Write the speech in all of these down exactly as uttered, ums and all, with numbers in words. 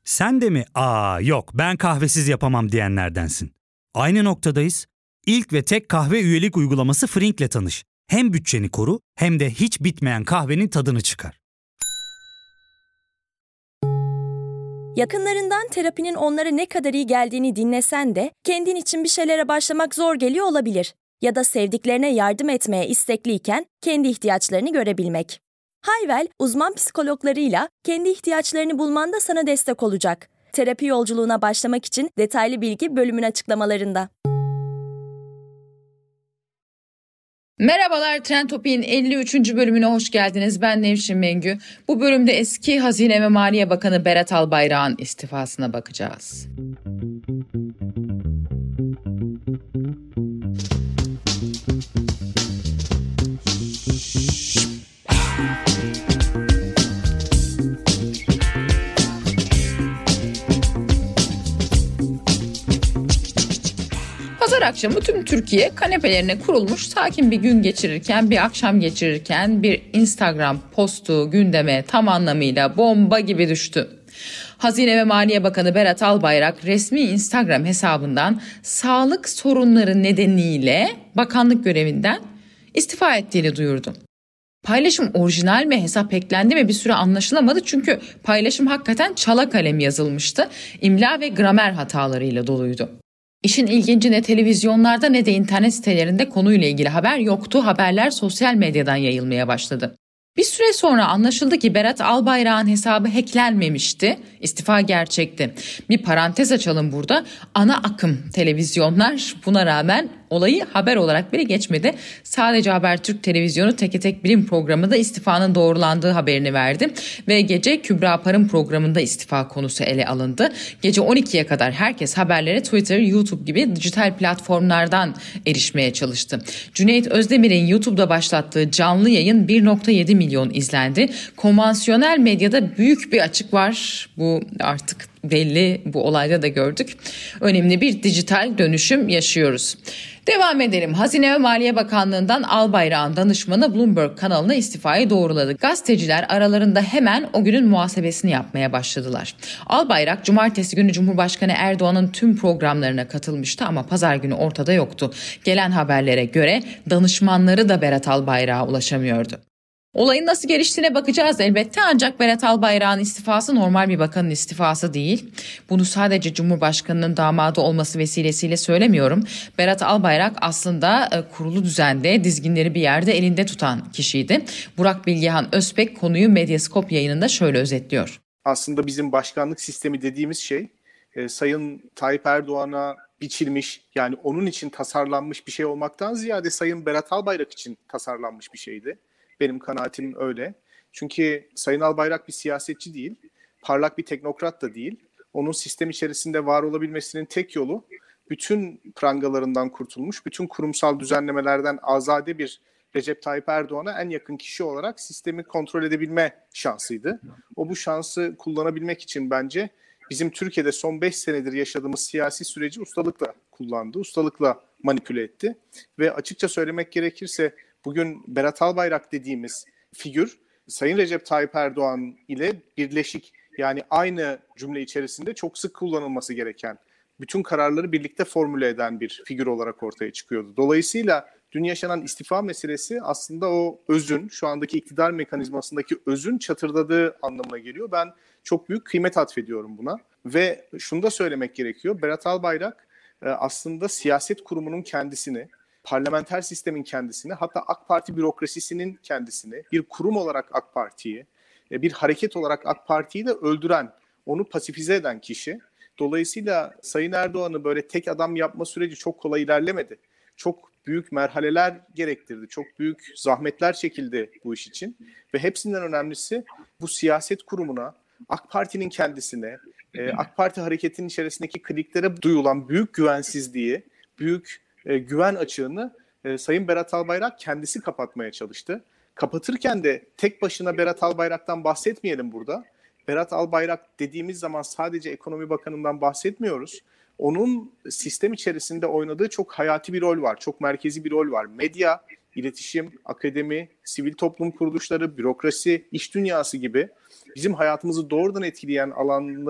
Sen de mi "Aa yok ben kahvesiz yapamam" diyenlerdensin? Aynı noktadayız. İlk ve tek kahve üyelik uygulaması Frink'le tanış. Hem bütçeni koru hem de hiç bitmeyen kahvenin tadını çıkar. Yakınlarından terapinin onlara ne kadar iyi geldiğini dinlesen de kendin için bir şeylere başlamak zor geliyor olabilir. Ya da sevdiklerine yardım etmeye istekliyken kendi ihtiyaçlarını görebilmek. Hayvel, uzman psikologlarıyla kendi ihtiyaçlarını bulmanda sana destek olacak. Terapi yolculuğuna başlamak için detaylı bilgi bölümün açıklamalarında. Merhabalar, Trend Topik'in elli üçüncü bölümüne hoş geldiniz. Ben Nevşin Mengü. Bu bölümde eski Hazine ve Maliye Bakanı Berat Albayrak'ın istifasına bakacağız. Pazar akşamı tüm Türkiye kanepelerine kurulmuş sakin bir gün geçirirken, bir akşam geçirirken bir Instagram postu gündeme tam anlamıyla bomba gibi düştü. Hazine ve Maliye Bakanı Berat Albayrak resmi Instagram hesabından sağlık sorunları nedeniyle bakanlık görevinden istifa ettiğini duyurdu. Paylaşım orijinal mi, hesap eklendi mi bir süre anlaşılamadı çünkü paylaşım hakikaten çala kalem yazılmıştı. İmla ve gramer hatalarıyla doluydu. İşin ilginci ne televizyonlarda ne de internet sitelerinde konuyla ilgili haber yoktu. Haberler sosyal medyadan yayılmaya başladı. Bir süre sonra anlaşıldı ki Berat Albayrak'ın hesabı hacklenmemişti. İstifa gerçekti. Bir parantez açalım burada. Ana akım televizyonlar buna rağmen olayı haber olarak bile geçmedi. Sadece Habertürk Televizyonu Teke Tek Bilim programında istifanın doğrulandığı haberini verdi. Ve gece Kübra Par'ın programında istifa konusu ele alındı. Gece on ikiye kadar herkes haberlere Twitter, YouTube gibi dijital platformlardan erişmeye çalıştı. Cüneyt Özdemir'in YouTube'da başlattığı canlı yayın bir nokta yedi milyon izlendi. Konvansiyonel medyada büyük bir açık var. Bu artık belli, bu olayda da gördük. Önemli bir dijital dönüşüm yaşıyoruz. Devam edelim. Hazine ve Maliye Bakanlığı'ndan Albayrak'ın danışmanı Bloomberg kanalına istifayı doğruladı. Gazeteciler aralarında hemen o günün muhasebesini yapmaya başladılar. Albayrak cumartesi günü Cumhurbaşkanı Erdoğan'ın tüm programlarına katılmıştı ama pazar günü ortada yoktu. Gelen haberlere göre danışmanları da Berat Albayrak'a ulaşamıyordu. Olayın nasıl geliştiğine bakacağız elbette ancak Berat Albayrak'ın istifası normal bir bakanın istifası değil. Bunu sadece Cumhurbaşkanı'nın damadı olması vesilesiyle söylemiyorum. Berat Albayrak aslında kurulu düzende dizginleri bir yerde elinde tutan kişiydi. Burak Bilgehan Özbek konuyu Medyaskop yayınında şöyle özetliyor. Aslında bizim başkanlık sistemi dediğimiz şey e, Sayın Tayyip Erdoğan'a biçilmiş, yani onun için tasarlanmış bir şey olmaktan ziyade Sayın Berat Albayrak için tasarlanmış bir şeydi. Benim kanaatim öyle. Çünkü Sayın Albayrak bir siyasetçi değil, parlak bir teknokrat da değil. Onun sistem içerisinde var olabilmesinin tek yolu bütün prangalarından kurtulmuş, bütün kurumsal düzenlemelerden azade bir Recep Tayyip Erdoğan'a en yakın kişi olarak sistemi kontrol edebilme şansıydı. O bu şansı kullanabilmek için bence bizim Türkiye'de son beş senedir yaşadığımız siyasi süreci ustalıkla kullandı, ustalıkla manipüle etti. Ve açıkça söylemek gerekirse bugün Berat Albayrak dediğimiz figür Sayın Recep Tayyip Erdoğan ile birleşik, yani aynı cümle içerisinde çok sık kullanılması gereken, bütün kararları birlikte formüle eden bir figür olarak ortaya çıkıyordu. Dolayısıyla dün yaşanan istifa meselesi aslında o özün, şu andaki iktidar mekanizmasındaki özün çatırdadığı anlamına geliyor. Ben çok büyük kıymet atfediyorum buna ve şunu da söylemek gerekiyor. Berat Albayrak aslında siyaset kurumunun kendisini, parlamenter sistemin kendisini, hatta AK Parti bürokrasisinin kendisini, bir kurum olarak AK Parti'yi, bir hareket olarak AK Parti'yi de öldüren, onu pasifize eden kişi. Dolayısıyla Sayın Erdoğan'ı böyle tek adam yapma süreci çok kolay ilerlemedi. Çok büyük merhaleler gerektirdi, çok büyük zahmetler çekildi bu iş için. Ve hepsinden önemlisi bu siyaset kurumuna, AK Parti'nin kendisine, AK Parti hareketinin içerisindeki kliklere duyulan büyük güvensizliği, büyük e, güven açığını e, Sayın Berat Albayrak kendisi kapatmaya çalıştı. Kapatırken de tek başına Berat Albayrak'tan bahsetmeyelim burada. Berat Albayrak dediğimiz zaman sadece Ekonomi Bakanı'ndan bahsetmiyoruz. Onun sistem içerisinde oynadığı çok hayati bir rol var, çok merkezi bir rol var. Medya, iletişim, akademi, sivil toplum kuruluşları, bürokrasi, iş dünyası gibi bizim hayatımızı doğrudan etkileyen alanları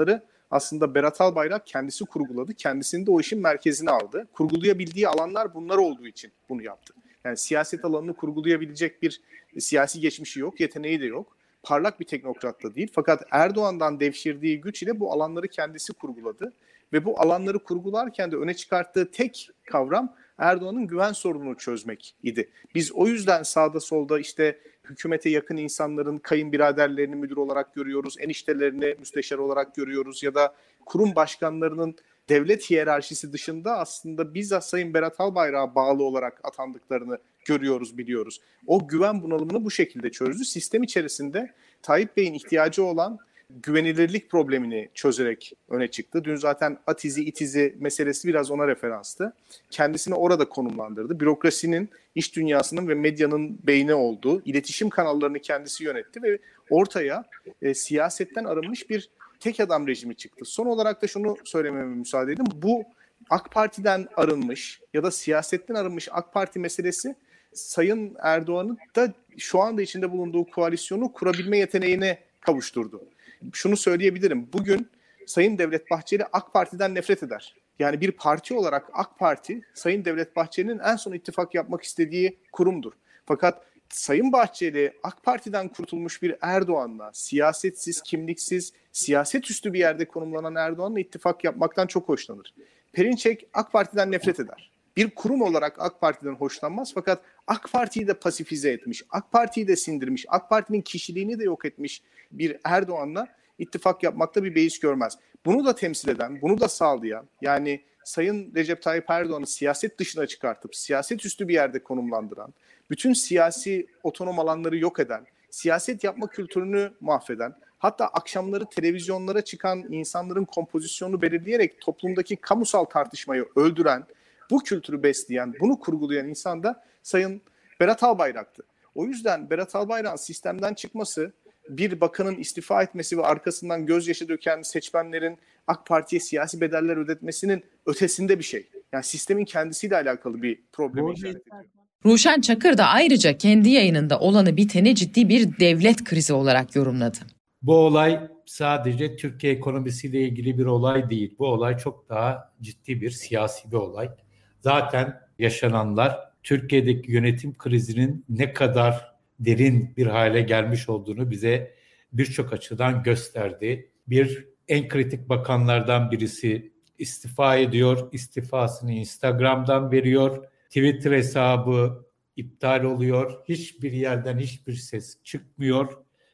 aslında Berat Albayrak kendisi kurguladı. Kendisini de o işin merkezine aldı. Kurgulayabildiği alanlar bunlar olduğu için bunu yaptı. Yani siyaset alanını kurgulayabilecek bir siyasi geçmişi yok, yeteneği de yok. Parlak bir teknokrat da değil. Fakat Erdoğan'dan devşirdiği güç ile bu alanları kendisi kurguladı. Ve bu alanları kurgularken de öne çıkarttığı tek kavram Erdoğan'ın güven sorununu çözmek idi. Biz o yüzden sağda solda işte hükümete yakın insanların kayınbiraderlerini müdür olarak görüyoruz, eniştelerini müsteşar olarak görüyoruz ya da kurum başkanlarının devlet hiyerarşisi dışında aslında bizzat Sayın Berat Albayrak'a bağlı olarak atandıklarını görüyoruz, biliyoruz. O güven bunalımını bu şekilde çözdü. Sistem içerisinde Tayyip Bey'in ihtiyacı olan güvenilirlik problemini çözerek öne çıktı. Dün zaten atizi itizi meselesi biraz ona referanstı. Kendisini orada konumlandırdı. Bürokrasinin, iş dünyasının ve medyanın beyni olduğu, iletişim kanallarını kendisi yönetti ve ortaya e, siyasetten arınmış bir tek adam rejimi çıktı. Son olarak da şunu söylememe müsaade edin. Bu AK Parti'den arınmış ya da siyasetten arınmış AK Parti meselesi Sayın Erdoğan'ın da şu anda içinde bulunduğu koalisyonu kurabilme yeteneğine kavuşturdu. Şunu söyleyebilirim. Bugün Sayın Devlet Bahçeli AK Parti'den nefret eder. Yani bir parti olarak AK Parti, Sayın Devlet Bahçeli'nin en son ittifak yapmak istediği kurumdur. Fakat Sayın Bahçeli AK Parti'den kurtulmuş bir Erdoğan'la, siyasetsiz, kimliksiz, siyaset üstü bir yerde konumlanan Erdoğan'la ittifak yapmaktan çok hoşlanır. Perinçek AK Parti'den nefret eder. Bir kurum olarak AK Parti'den hoşlanmaz fakat AK Parti'yi de pasifize etmiş, AK Parti'yi de sindirmiş, AK Parti'nin kişiliğini de yok etmiş bir Erdoğan'la ittifak yapmakta bir beis görmez. Bunu da temsil eden, bunu da sağlayan, yani Sayın Recep Tayyip Erdoğan'ı siyaset dışına çıkartıp siyaset üstü bir yerde konumlandıran, bütün siyasi otonom alanları yok eden, siyaset yapma kültürünü mahveden, hatta akşamları televizyonlara çıkan insanların kompozisyonunu belirleyerek toplumdaki kamusal tartışmayı öldüren, bu kültürü besleyen, bunu kurgulayan insan da Sayın Berat Albayrak'tı. O yüzden Berat Albayrak'ın sistemden çıkması, bir bakanın istifa etmesi ve arkasından gözyaşı döken seçmenlerin AK Parti'ye siyasi bedeller ödetmesinin ötesinde bir şey. Yani sistemin kendisiyle alakalı bir problemi işaret ediyor. Ruşen Çakır da ayrıca kendi yayınında olanı biteni ciddi bir devlet krizi olarak yorumladı. Bu olay sadece Türkiye ekonomisiyle ilgili bir olay değil. Bu olay çok daha ciddi bir siyasi bir olay. Zaten yaşananlar Türkiye'deki yönetim krizinin ne kadar derin bir hale gelmiş olduğunu bize birçok açıdan gösterdi. Bir en kritik bakanlardan birisi istifa ediyor, istifasını Instagram'dan veriyor, Twitter hesabı iptal oluyor, hiçbir yerden hiçbir ses çıkmıyor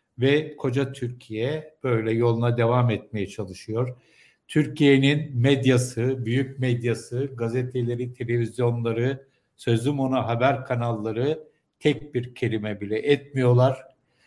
ve koca Türkiye böyle yoluna devam etmeye çalışıyor. Türkiye'nin medyası, büyük medyası, gazeteleri, televizyonları, sözüm ona haber kanalları tek bir kelime bile etmiyorlar.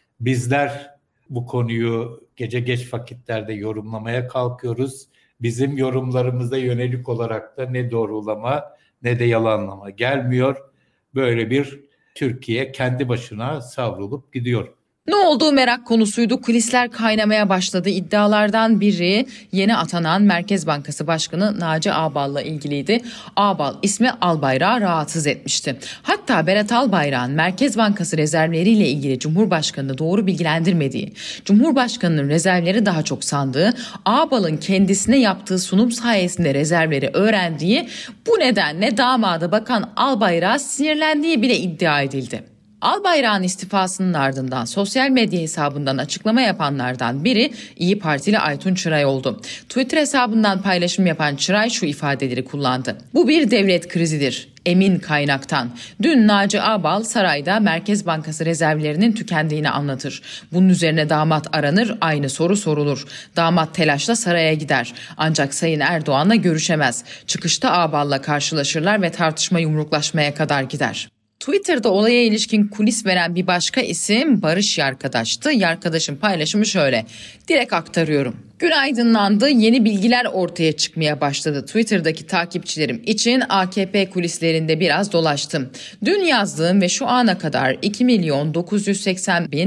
Bizler bu konuyu gece geç vakitlerde yorumlamaya kalkıyoruz. Bizim yorumlarımıza yönelik olarak da ne doğrulama ne de yalanlama gelmiyor. Böyle bir Türkiye kendi başına savrulup gidiyor. Ne olduğu merak konusuydu. Kulisler kaynamaya başladı. İddialardan biri yeni atanan Merkez Bankası Başkanı Naci Ağbal'la ilgiliydi. Ağbal ismi Albayrak'ı rahatsız etmişti. Hatta Berat Albayrak'ın Merkez Bankası rezervleriyle ilgili Cumhurbaşkanı'nı doğru bilgilendirmediği, Cumhurbaşkanı'nın rezervleri daha çok sandığı, Ağbal'ın kendisine yaptığı sunum sayesinde rezervleri öğrendiği, bu nedenle damadı Bakan Albayrak'a sinirlendiği bile iddia edildi. Albayrak'ın istifasının ardından sosyal medya hesabından açıklama yapanlardan biri İYİ Partili Aytun Çıray oldu. Twitter hesabından paylaşım yapan Çıray şu ifadeleri kullandı. Bu bir devlet krizidir. Emin kaynaktan. Dün Naci Ağbal sarayda Merkez Bankası rezervlerinin tükendiğini anlatır. Bunun üzerine damat aranır, aynı soru sorulur. Damat telaşla saraya gider. Ancak Sayın Erdoğan'la görüşemez. Çıkışta Ağbal'la karşılaşırlar ve tartışma yumruklaşmaya kadar gider. Twitter'da olaya ilişkin kulis veren bir başka isim Barış Yarkadaş'tı. Yarkadaş'ın paylaşımı şöyle. Direkt aktarıyorum. Gün aydınlandı, yeni bilgiler ortaya çıkmaya başladı. Twitter'daki takipçilerim için A K P kulislerinde biraz dolaştım. Dün yazdığım ve şu ana kadar iki milyon dokuz yüz seksen bin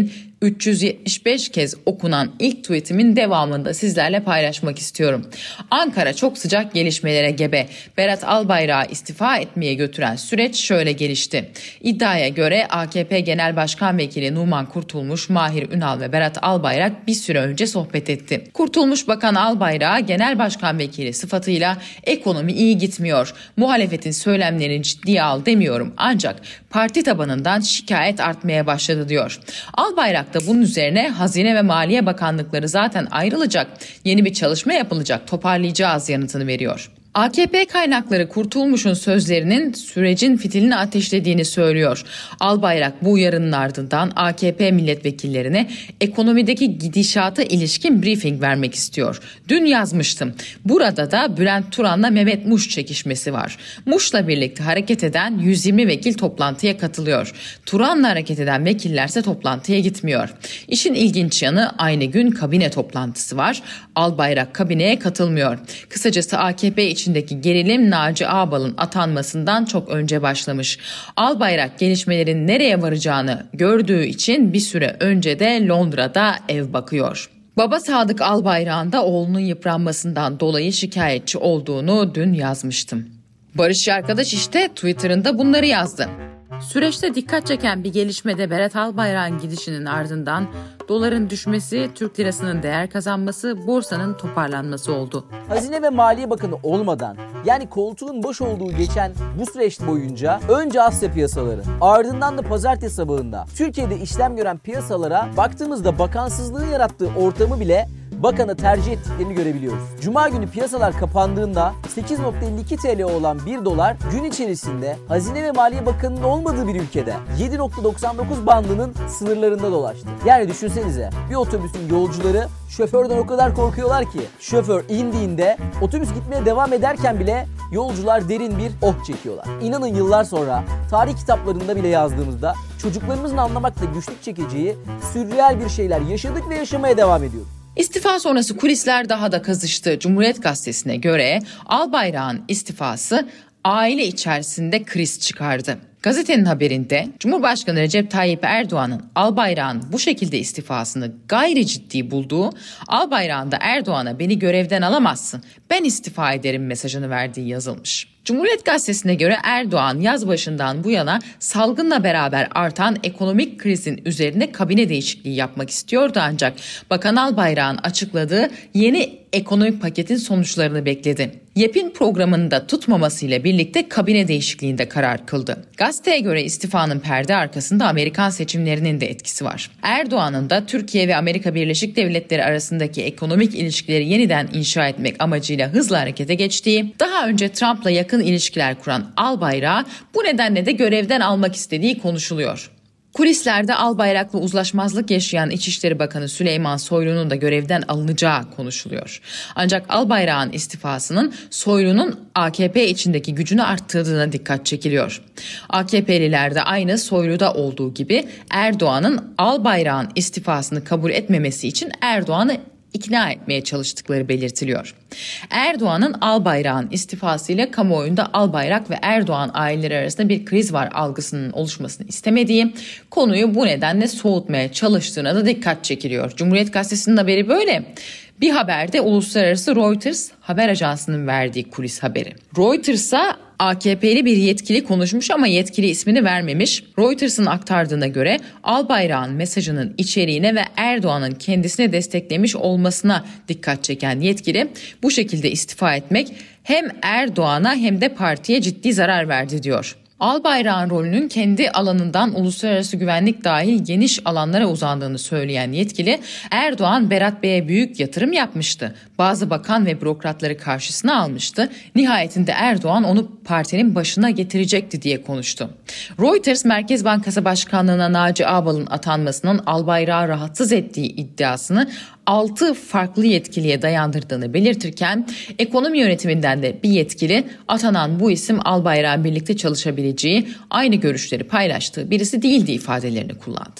üç yüz yetmiş beş kez okunan ilk tweetimin devamını da sizlerle paylaşmak istiyorum. Ankara çok sıcak gelişmelere gebe. Berat Albayrak'ı istifa etmeye götüren süreç şöyle gelişti. İddiaya göre A K P Genel Başkan Vekili Numan Kurtulmuş, Mahir Ünal ve Berat Albayrak bir süre önce sohbet etti. Kurtulmuş Bakan Albayrak'a Genel Başkan Vekili sıfatıyla ekonomi iyi gitmiyor, muhalefetin söylemlerini ciddiye al demiyorum ancak parti tabanından şikayet artmaya başladı diyor. Albayrak da bunun üzerine Hazine ve Maliye Bakanlıkları zaten ayrılacak, yeni bir çalışma yapılacak, toparlayacağız yanıtını veriyor. A K P kaynakları Kurtulmuş'un sözlerinin sürecin fitilini ateşlediğini söylüyor. Albayrak bu uyarının ardından A K P milletvekillerine ekonomideki gidişata ilişkin briefing vermek istiyor. Dün yazmıştım. Burada da Bülent Turan'la Mehmet Muş çekişmesi var. Muş'la birlikte hareket eden yüz yirmi vekil toplantıya katılıyor. Turan'la hareket eden vekillerse toplantıya gitmiyor. İşin ilginç yanı aynı gün kabine toplantısı var. Albayrak kabineye katılmıyor. Kısacası A K P için içindeki gerilim Naci Ağbal'ın atanmasından çok önce başlamış. Albayrak gelişmelerin nereye varacağını gördüğü için bir süre önce de Londra'da ev bakıyor. Baba Sadık Albayrak'ın da oğlunun yıpranmasından dolayı şikayetçi olduğunu dün yazmıştım. Barışçı arkadaş işte Twitter'ında bunları yazdı. Süreçte dikkat çeken bir gelişme de Berat Albayrak'ın gidişinin ardından doların düşmesi, Türk lirasının değer kazanması, borsanın toparlanması oldu. Hazine ve Maliye Bakanı olmadan, yani koltuğun boş olduğu geçen bu süreç boyunca önce Asya piyasaları, ardından da pazartesi sabahında Türkiye'de işlem gören piyasalara baktığımızda bakansızlığın yarattığı ortamı bile bakana tercih ettiklerini görebiliyoruz. Cuma günü piyasalar kapandığında sekiz virgül elli iki T L olan bir dolar gün içerisinde Hazine ve Maliye Bakanı'nın olmadığı bir ülkede yedi virgül doksan dokuz bandının sınırlarında dolaştı. Yani düşünsenize, bir otobüsün yolcuları şoförden o kadar korkuyorlar ki şoför indiğinde otobüs gitmeye devam ederken bile yolcular derin bir oh çekiyorlar. İnanın yıllar sonra tarih kitaplarında bile yazdığımızda çocuklarımızın anlamakta güçlük çekeceği sürreal bir şeyler yaşadık ve yaşamaya devam ediyoruz. İstifa sonrası kulisler daha da kızıştı. Cumhuriyet Gazetesi'ne göre Albayrak'ın istifası aile içerisinde kriz çıkardı. Gazetenin haberinde Cumhurbaşkanı Recep Tayyip Erdoğan'ın Albayrak'ın bu şekilde istifasını gayri ciddi bulduğu, Albayrak'ın da Erdoğan'a beni görevden alamazsın, ben istifa ederim mesajını verdiği yazılmış. Cumhuriyet Gazetesi'ne göre Erdoğan yaz başından bu yana salgınla beraber artan ekonomik krizin üzerine kabine değişikliği yapmak istiyordu ancak Bakan Albayrak'ın açıkladığı yeni ekonomik paketin sonuçlarını bekledi. YEP'in programını da tutmamasıyla birlikte kabine değişikliğinde karar kıldı. Gazeteye göre istifanın perde arkasında Amerikan seçimlerinin de etkisi var. Erdoğan'ın da Türkiye ve Amerika Birleşik Devletleri arasındaki ekonomik ilişkileri yeniden inşa etmek amacıyla hızla harekete geçtiği, daha önce Trump'la yakın ilişkiler kuran Albayrak'ı bu nedenle de görevden almak istediği konuşuluyor. Kulislerde Albayrak'la uzlaşmazlık yaşayan İçişleri Bakanı Süleyman Soylu'nun da görevden alınacağı konuşuluyor. Ancak Albayrak'ın istifasının Soylu'nun A K P içindeki gücünü arttırdığına dikkat çekiliyor. A K P'liler de aynı Soylu'da olduğu gibi Erdoğan'ın Albayrak'ın istifasını kabul etmemesi için Erdoğan'ı ikna etmeye çalıştıkları belirtiliyor. Erdoğan'ın Albayrak'ın istifasıyla kamuoyunda Albayrak ve Erdoğan aileleri arasında bir kriz var algısının oluşmasını istemediği, konuyu bu nedenle soğutmaya çalıştığına da dikkat çekiliyor. Cumhuriyet Gazetesi'nin haberi böyle. Bir haberde uluslararası Reuters haber ajansının verdiği kulis haberi. Reuters'a A K P'li bir yetkili konuşmuş ama yetkili ismini vermemiş. Reuters'ın aktardığına göre Albayrak'ın mesajının içeriğine ve Erdoğan'ın kendisine desteklemiş olmasına dikkat çeken yetkili bu şekilde istifa etmek hem Erdoğan'a hem de partiye ciddi zarar verdi diyor. Albayrak'ın rolünün kendi alanından uluslararası güvenlik dahil geniş alanlara uzandığını söyleyen yetkili, Erdoğan Berat Bey'e büyük yatırım yapmıştı. Bazı bakan ve bürokratları karşısına almıştı. Nihayetinde Erdoğan onu partinin başına getirecekti diye konuştu. Reuters, Merkez Bankası Başkanlığı'na Naci Ağbal'ın atanmasının Albayrak'ı rahatsız ettiği iddiasını altı farklı yetkiliye dayandırdığını belirtirken ekonomi yönetiminden de bir yetkili atanan bu isim Albayrak'ın birlikte çalışabileceği, aynı görüşleri paylaştığı birisi değildi ifadelerini kullandı.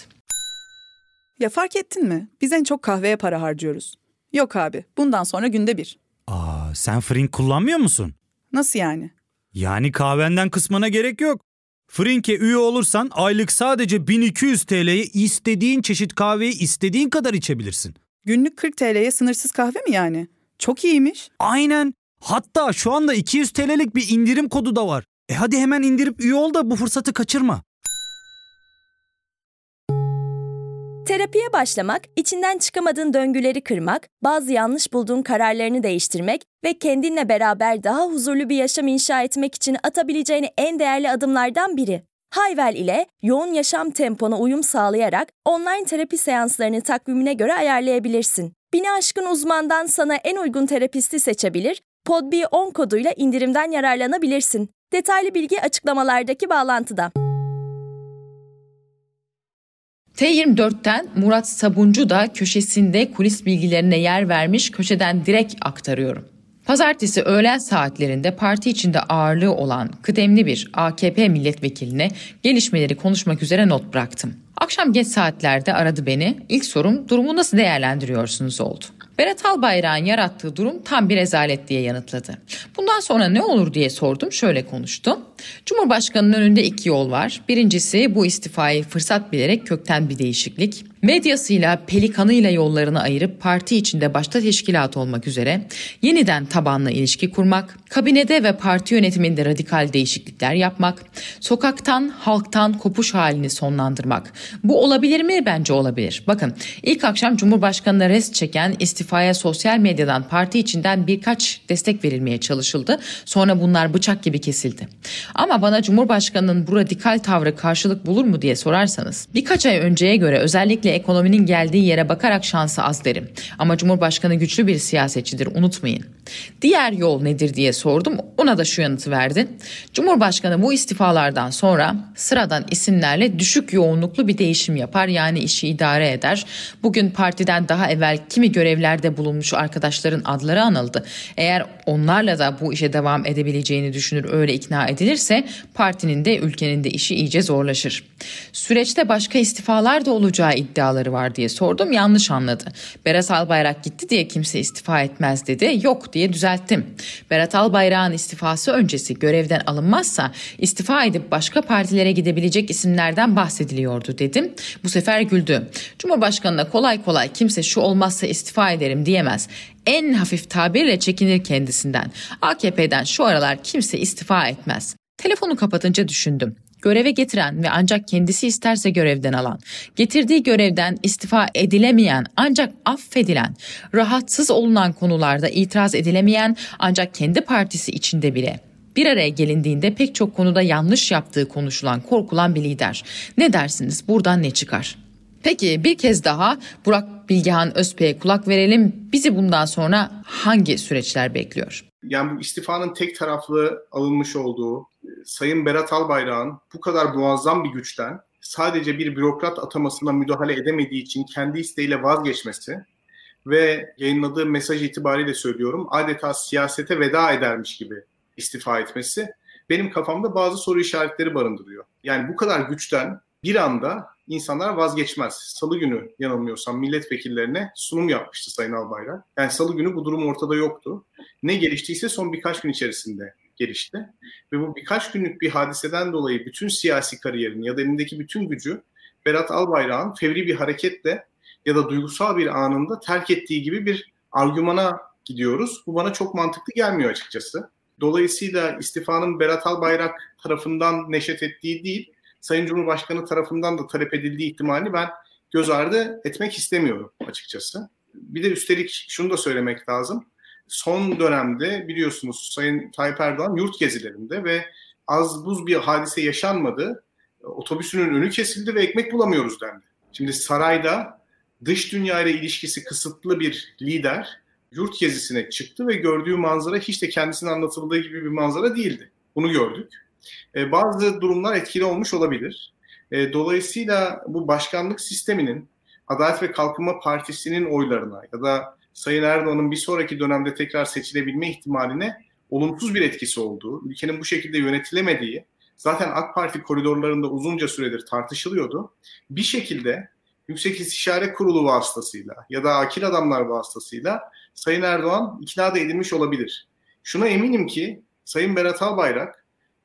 Ya fark ettin mi? Biz en çok kahveye para harcıyoruz. Yok abi, bundan sonra günde bir. Aa, sen Frink kullanmıyor musun? Nasıl yani? Yani kahvenden kısmına gerek yok. Frink'e üye olursan aylık sadece bin iki yüz T L'ye istediğin çeşit kahveyi istediğin kadar içebilirsin. Günlük kırk T L'ye sınırsız kahve mi yani? Çok iyiymiş. Aynen. Hatta şu anda iki yüz T L'lik bir indirim kodu da var. E hadi hemen indirip üye ol da bu fırsatı kaçırma. Terapiye başlamak, içinden çıkamadığın döngüleri kırmak, bazı yanlış bulduğun kararlarını değiştirmek ve kendinle beraber daha huzurlu bir yaşam inşa etmek için atabileceğin en değerli adımlardan biri. Hayvel ile yoğun yaşam tempona uyum sağlayarak online terapi seanslarını takvimine göre ayarlayabilirsin. Bini aşkın uzmandan sana en uygun terapisti seçebilir, Podbi on koduyla indirimden yararlanabilirsin. Detaylı bilgi açıklamalardaki bağlantıda. T yirmi dört'ten Murat Sabuncu da köşesinde kulis bilgilerine yer vermiş, köşeden direkt aktarıyorum. Pazartesi öğlen saatlerinde parti içinde ağırlığı olan kıdemli bir A K P milletvekiline gelişmeleri konuşmak üzere not bıraktım. Akşam geç saatlerde aradı beni. İlk sorum durumu nasıl değerlendiriyorsunuz oldu. Berat Albayrak'ın yarattığı durum tam bir rezalet diye yanıtladı. Bundan sonra ne olur diye sordum, şöyle konuştu. Cumhurbaşkanının önünde iki yol var. Birincisi bu istifayı fırsat bilerek kökten bir değişiklik. Medyasıyla, pelikanıyla yollarını ayırıp parti içinde başta teşkilat olmak üzere yeniden tabanla ilişki kurmak, kabinede ve parti yönetiminde radikal değişiklikler yapmak, sokaktan, halktan kopuş halini sonlandırmak. Bu olabilir mi? Bence olabilir. Bakın, ilk akşam Cumhurbaşkanı'na rest çeken istifaya sosyal medyadan parti içinden birkaç destek verilmeye çalışıldı. Sonra bunlar bıçak gibi kesildi. Ama bana Cumhurbaşkanı'nın bu radikal tavrı karşılık bulur mu diye sorarsanız, birkaç ay önceye göre özellikle ekonominin geldiği yere bakarak şansı az derim. Ama Cumhurbaşkanı güçlü bir siyasetçidir, unutmayın. Diğer yol nedir diye sordum, ona da şu yanıtı verdi. Cumhurbaşkanı bu istifalardan sonra sıradan isimlerle düşük yoğunluklu bir değişim yapar, yani işi idare eder. Bugün partiden daha evvel kimi görevlerde bulunmuş arkadaşların adları anıldı. Eğer onlarla da bu işe devam edebileceğini düşünür, öyle ikna edilirse partinin de ülkenin de işi iyice zorlaşır. Süreçte başka istifalar da olacağı iddiaları var diye sordum, yanlış anladı. Berat Albayrak gitti diye kimse istifa etmez dedi. Yok diye düzelttim. Berat Albayrak'ın istifası öncesi görevden alınmazsa istifa edip başka partilere gidebilecek isimlerden bahsediliyordu dedim. Bu sefer güldü. Cumhurbaşkanına kolay kolay kimse şu olmazsa istifa ederim diyemez. En hafif tabirle çekinir kendisinden. A K P'den şu aralar kimse istifa etmez. Telefonu kapatınca düşündüm. Göreve getiren ve ancak kendisi isterse görevden alan, getirdiği görevden istifa edilemeyen ancak affedilen, rahatsız olunan konularda itiraz edilemeyen ancak kendi partisi içinde bile bir araya gelindiğinde pek çok konuda yanlış yaptığı konuşulan, korkulan bir lider. Ne dersiniz? Buradan ne çıkar? Peki bir kez daha Burak Bilgehan Özpey'e kulak verelim. Bizi bundan sonra hangi süreçler bekliyor? Yani bu istifanın tek taraflı alınmış olduğu, Sayın Berat Albayrak'ın bu kadar muazzam bir güçten sadece bir bürokrat atamasına müdahale edemediği için kendi isteğiyle vazgeçmesi ve yayınladığı mesaj itibariyle söylüyorum, adeta siyasete veda edermiş gibi istifa etmesi benim kafamda bazı soru işaretleri barındırıyor. Yani bu kadar güçten bir anda insanlar vazgeçmez. Salı günü yanılmıyorsam milletvekillerine sunum yapmıştı Sayın Albayrak. Yani salı günü bu durum ortada yoktu. Ne geliştiyse son birkaç gün içerisinde gelişti. Ve bu birkaç günlük bir hadiseden dolayı bütün siyasi kariyerini ya da elindeki bütün gücü Berat Albayrak'ın fevri bir hareketle ya da duygusal bir anında terk ettiği gibi bir argümana gidiyoruz. Bu bana çok mantıklı gelmiyor açıkçası. Dolayısıyla istifanın Berat Albayrak tarafından neşet ettiği değil, Sayın Cumhurbaşkanı tarafından da talep edildiği ihtimalini ben göz ardı etmek istemiyorum açıkçası. Bir de üstelik şunu da söylemek lazım. Son dönemde biliyorsunuz Sayın Tayyip Erdoğan yurt gezilerinde ve az buz bir hadise yaşanmadı. Otobüsünün önü kesildi ve ekmek bulamıyoruz dendi. Şimdi sarayda dış dünyayla ilişkisi kısıtlı bir lider yurt gezisine çıktı ve gördüğü manzara hiç de kendisine anlatıldığı gibi bir manzara değildi. Bunu gördük. Ee, bazı durumlar etkili olmuş olabilir. Ee, dolayısıyla bu başkanlık sisteminin Adalet ve Kalkınma Partisi'nin oylarına ya da Sayın Erdoğan'ın bir sonraki dönemde tekrar seçilebilme ihtimaline olumsuz bir etkisi olduğu, ülkenin bu şekilde yönetilemediği, zaten AK Parti koridorlarında uzunca süredir tartışılıyordu. Bir şekilde Yüksek İstişare Kurulu vasıtasıyla ya da akil adamlar vasıtasıyla Sayın Erdoğan ikna da edilmiş olabilir. Şuna eminim ki Sayın Berat Albayrak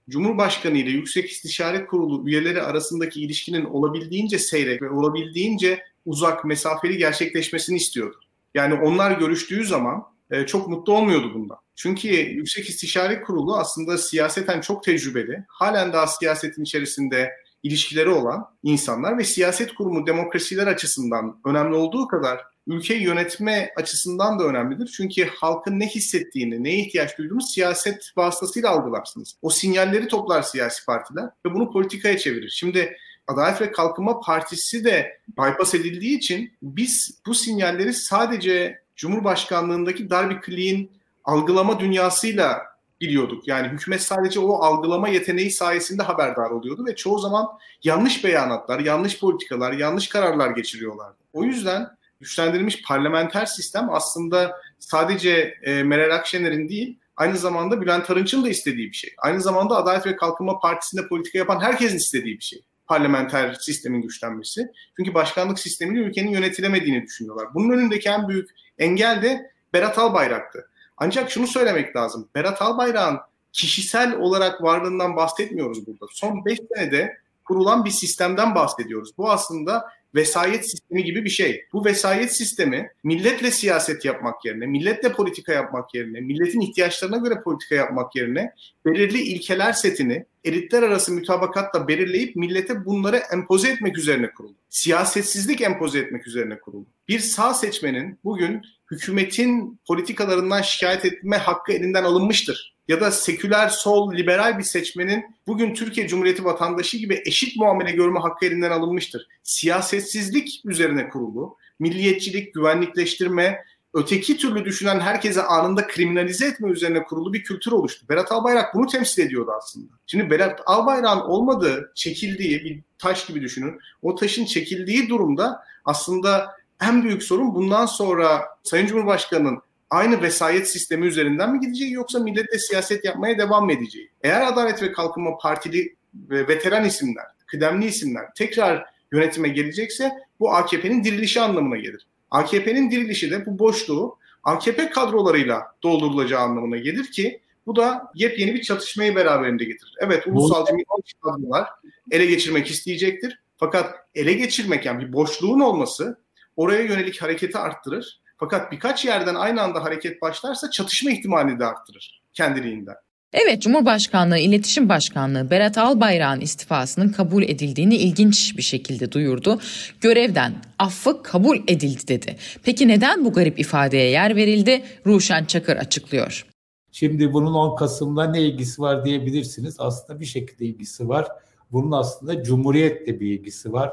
Cumhurbaşkanı ile Yüksek İstişare Kurulu üyeleri arasındaki ilişkinin olabildiğince seyrek ve olabildiğince uzak, mesafeli gerçekleşmesini istiyordu. Yani onlar görüştüğü zaman e, çok mutlu olmuyordu bundan. Çünkü Yüksek İstişare Kurulu aslında siyaseten çok tecrübeli, halen daha siyasetin içerisinde ilişkileri olan insanlar ve siyaset kurumu demokrasiler açısından önemli olduğu kadar ülkeyi yönetme açısından da önemlidir. Çünkü halkın ne hissettiğini, neye ihtiyaç duyduğunu siyaset vasıtasıyla algılarsınız. O sinyalleri toplar siyasi partiler ve bunu politikaya çevirir. Şimdi Adalet ve Kalkınma Partisi de bypass edildiği için biz bu sinyalleri sadece Cumhurbaşkanlığındaki dar bir kliğin algılama dünyasıyla biliyorduk. Yani hükümet sadece o algılama yeteneği sayesinde haberdar oluyordu ve çoğu zaman yanlış beyanatlar, yanlış politikalar, yanlış kararlar geçiriyorlardı. O yüzden güçlendirilmiş parlamenter sistem aslında sadece e, Meral Akşener'in değil, aynı zamanda Bülent Arınç'ın da istediği bir şey. Aynı zamanda Adalet ve Kalkınma Partisi'nde politika yapan herkesin istediği bir şey. Parlamenter sistemin güçlenmesi. Çünkü başkanlık sistemiyle ülkenin yönetilemediğini düşünüyorlar. Bunun önündeki en büyük engel de Berat Albayrak'tı. Ancak şunu söylemek lazım. Berat Albayrak'ın kişisel olarak varlığından bahsetmiyoruz burada. Son beş senede kurulan bir sistemden bahsediyoruz. Bu aslında vesayet sistemi gibi bir şey. Bu vesayet sistemi milletle siyaset yapmak yerine, milletle politika yapmak yerine, milletin ihtiyaçlarına göre politika yapmak yerine belirli ilkeler setini elitler arası mütabakatla belirleyip millete bunları empoze etmek üzerine kuruldu. Siyasetsizlik empoze etmek üzerine kuruldu. Bir sağ seçmenin bugün hükümetin politikalarından şikayet etme hakkı elinden alınmıştır. Ya da seküler, sol, liberal bir seçmenin bugün Türkiye Cumhuriyeti vatandaşı gibi eşit muamele görme hakkı elinden alınmıştır. Siyasetsizlik üzerine kurulu, milliyetçilik, güvenlikleştirme, öteki türlü düşünen herkese anında kriminalize etme üzerine kurulu bir kültür oluştu. Berat Albayrak bunu temsil ediyordu aslında. Şimdi Berat Albayrak'ın olmadığı, çekildiği bir taş gibi düşünün. O taşın çekildiği durumda aslında en büyük sorun bundan sonra Sayın Cumhurbaşkanı'nın aynı vesayet sistemi üzerinden mi gideceği yoksa milletle siyaset yapmaya devam mı edeceği? Eğer Adalet ve Kalkınma Partili ve veteran isimler, kıdemli isimler tekrar yönetime gelecekse bu A K P'nin dirilişi anlamına gelir. A K P'nin dirilişi de bu boşluğu A K P kadrolarıyla doldurulacağı anlamına gelir ki bu da yepyeni bir çatışmayı beraberinde getirir. Evet, ulusalcı milliyetçi kadrolar ele geçirmek isteyecektir. Fakat ele geçirmek, yani bir boşluğun olması oraya yönelik hareketi arttırır. Fakat birkaç yerden aynı anda hareket başlarsa çatışma ihtimalini de arttırır kendiliğinden. Evet, Cumhurbaşkanlığı İletişim Başkanlığı Berat Albayrak'ın istifasının kabul edildiğini ilginç bir şekilde duyurdu. Görevden affı kabul edildi dedi. Peki neden bu garip ifadeye yer verildi? Ruşen Çakır açıklıyor. Şimdi bunun on Kasım'la ne ilgisi var diyebilirsiniz. Aslında bir şekilde ilgisi var. Bunun aslında Cumhuriyet'le bir ilgisi var.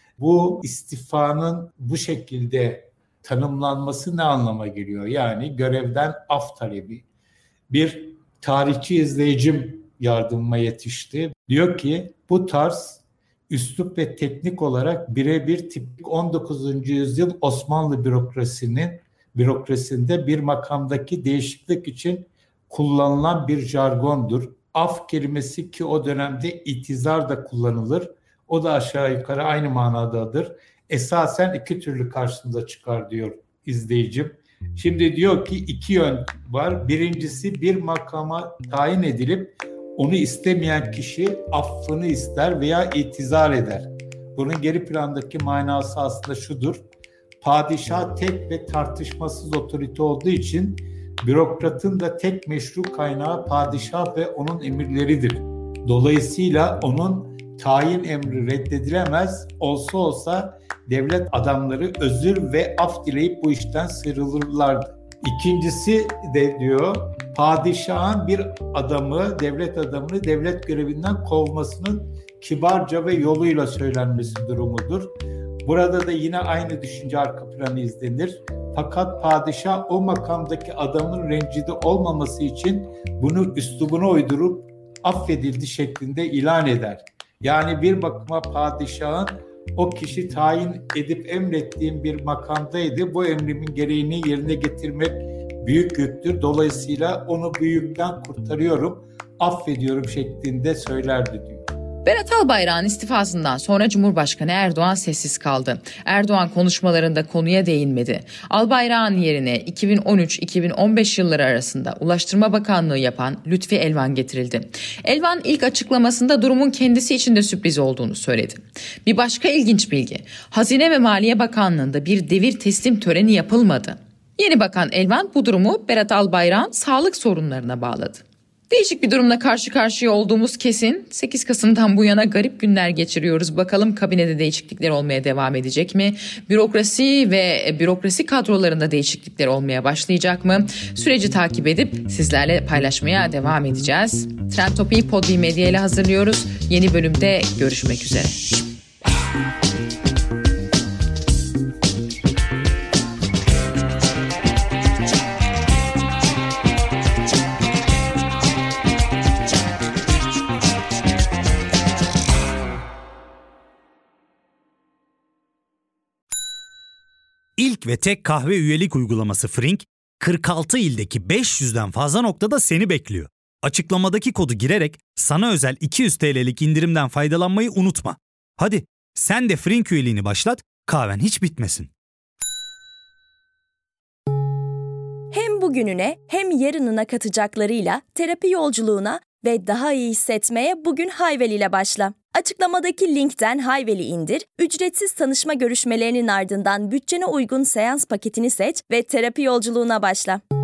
Bu istifanın bu şekilde tanımlanması ne anlama geliyor? Yani görevden af talebi. Bir tarihçi izleyicim yardımıma yetişti. Diyor ki bu tarz üslup ve teknik olarak birebir tipik on dokuzuncu yüzyıl Osmanlı bürokrasinin bürokrasinde bir makamdaki değişiklik için kullanılan bir jargondur. Af kelimesi ki o dönemde itizar da kullanılır. O da aşağı yukarı aynı manadadır. Esasen iki türlü karşımıza çıkar diyor izleyicim. Şimdi diyor ki iki yön var. Birincisi bir makama tayin edilip onu istemeyen kişi affını ister veya itizar eder. Bunun geri plandaki manası aslında şudur. Padişah tek ve tartışmasız otorite olduğu için bürokratın da tek meşru kaynağı padişah ve onun emirleridir. Dolayısıyla onun tayin emri reddedilemez, olsa olsa devlet adamları özür ve af dileyip bu işten sıyrılırlardı. İkincisi de diyor, padişahın bir adamı, devlet adamını devlet görevinden kovmasının kibarca ve yoluyla söylenmesi durumudur. Burada da yine aynı düşünce arka planı izlenir. Fakat padişah o makamdaki adamın rencide olmaması için bunu üslubuna uydurup affedildi şeklinde ilan eder. Yani bir bakıma padişahın o kişi tayin edip emrettiğim bir makamdaydı. Bu emrimin gereğini yerine getirmek büyük yüktür. Dolayısıyla onu bu yükten kurtarıyorum, affediyorum şeklinde söylerdi diyor. Berat Albayrak'ın istifasından sonra Cumhurbaşkanı Erdoğan sessiz kaldı. Erdoğan konuşmalarında konuya değinmedi. Albayrak'ın yerine iki bin on üç iki bin on beş yılları arasında Ulaştırma Bakanlığı yapan Lütfi Elvan getirildi. Elvan ilk açıklamasında durumun kendisi için de sürpriz olduğunu söyledi. Bir başka ilginç bilgi, Hazine ve Maliye Bakanlığı'nda bir devir teslim töreni yapılmadı. Yeni Bakan Elvan bu durumu Berat Albayrak'ın sağlık sorunlarına bağladı. Değişik bir durumla karşı karşıya olduğumuz kesin. sekiz Kasım'dan bu yana garip günler geçiriyoruz. Bakalım kabinede değişiklikler olmaya devam edecek mi? Bürokrasi ve bürokrasi kadrolarında değişiklikler olmaya başlayacak mı? Süreci takip edip sizlerle paylaşmaya devam edeceğiz. Trend Topi'yi Podbi Medya ile hazırlıyoruz. Yeni bölümde görüşmek üzere. İlk ve tek kahve üyelik uygulaması Frink, kırk altı ildeki beş yüzden fazla noktada seni bekliyor. Açıklamadaki kodu girerek sana özel iki yüz TL'lik indirimden faydalanmayı unutma. Hadi sen de Frink üyeliğini başlat, kahven hiç bitmesin. Hem bugününe hem yarınına katacaklarıyla terapi yolculuğuna ve daha iyi hissetmeye bugün Hayvel ile başla. Açıklamadaki linkten Hayvel'i indir, ücretsiz tanışma görüşmelerinin ardından bütçene uygun seans paketini seç ve terapi yolculuğuna başla.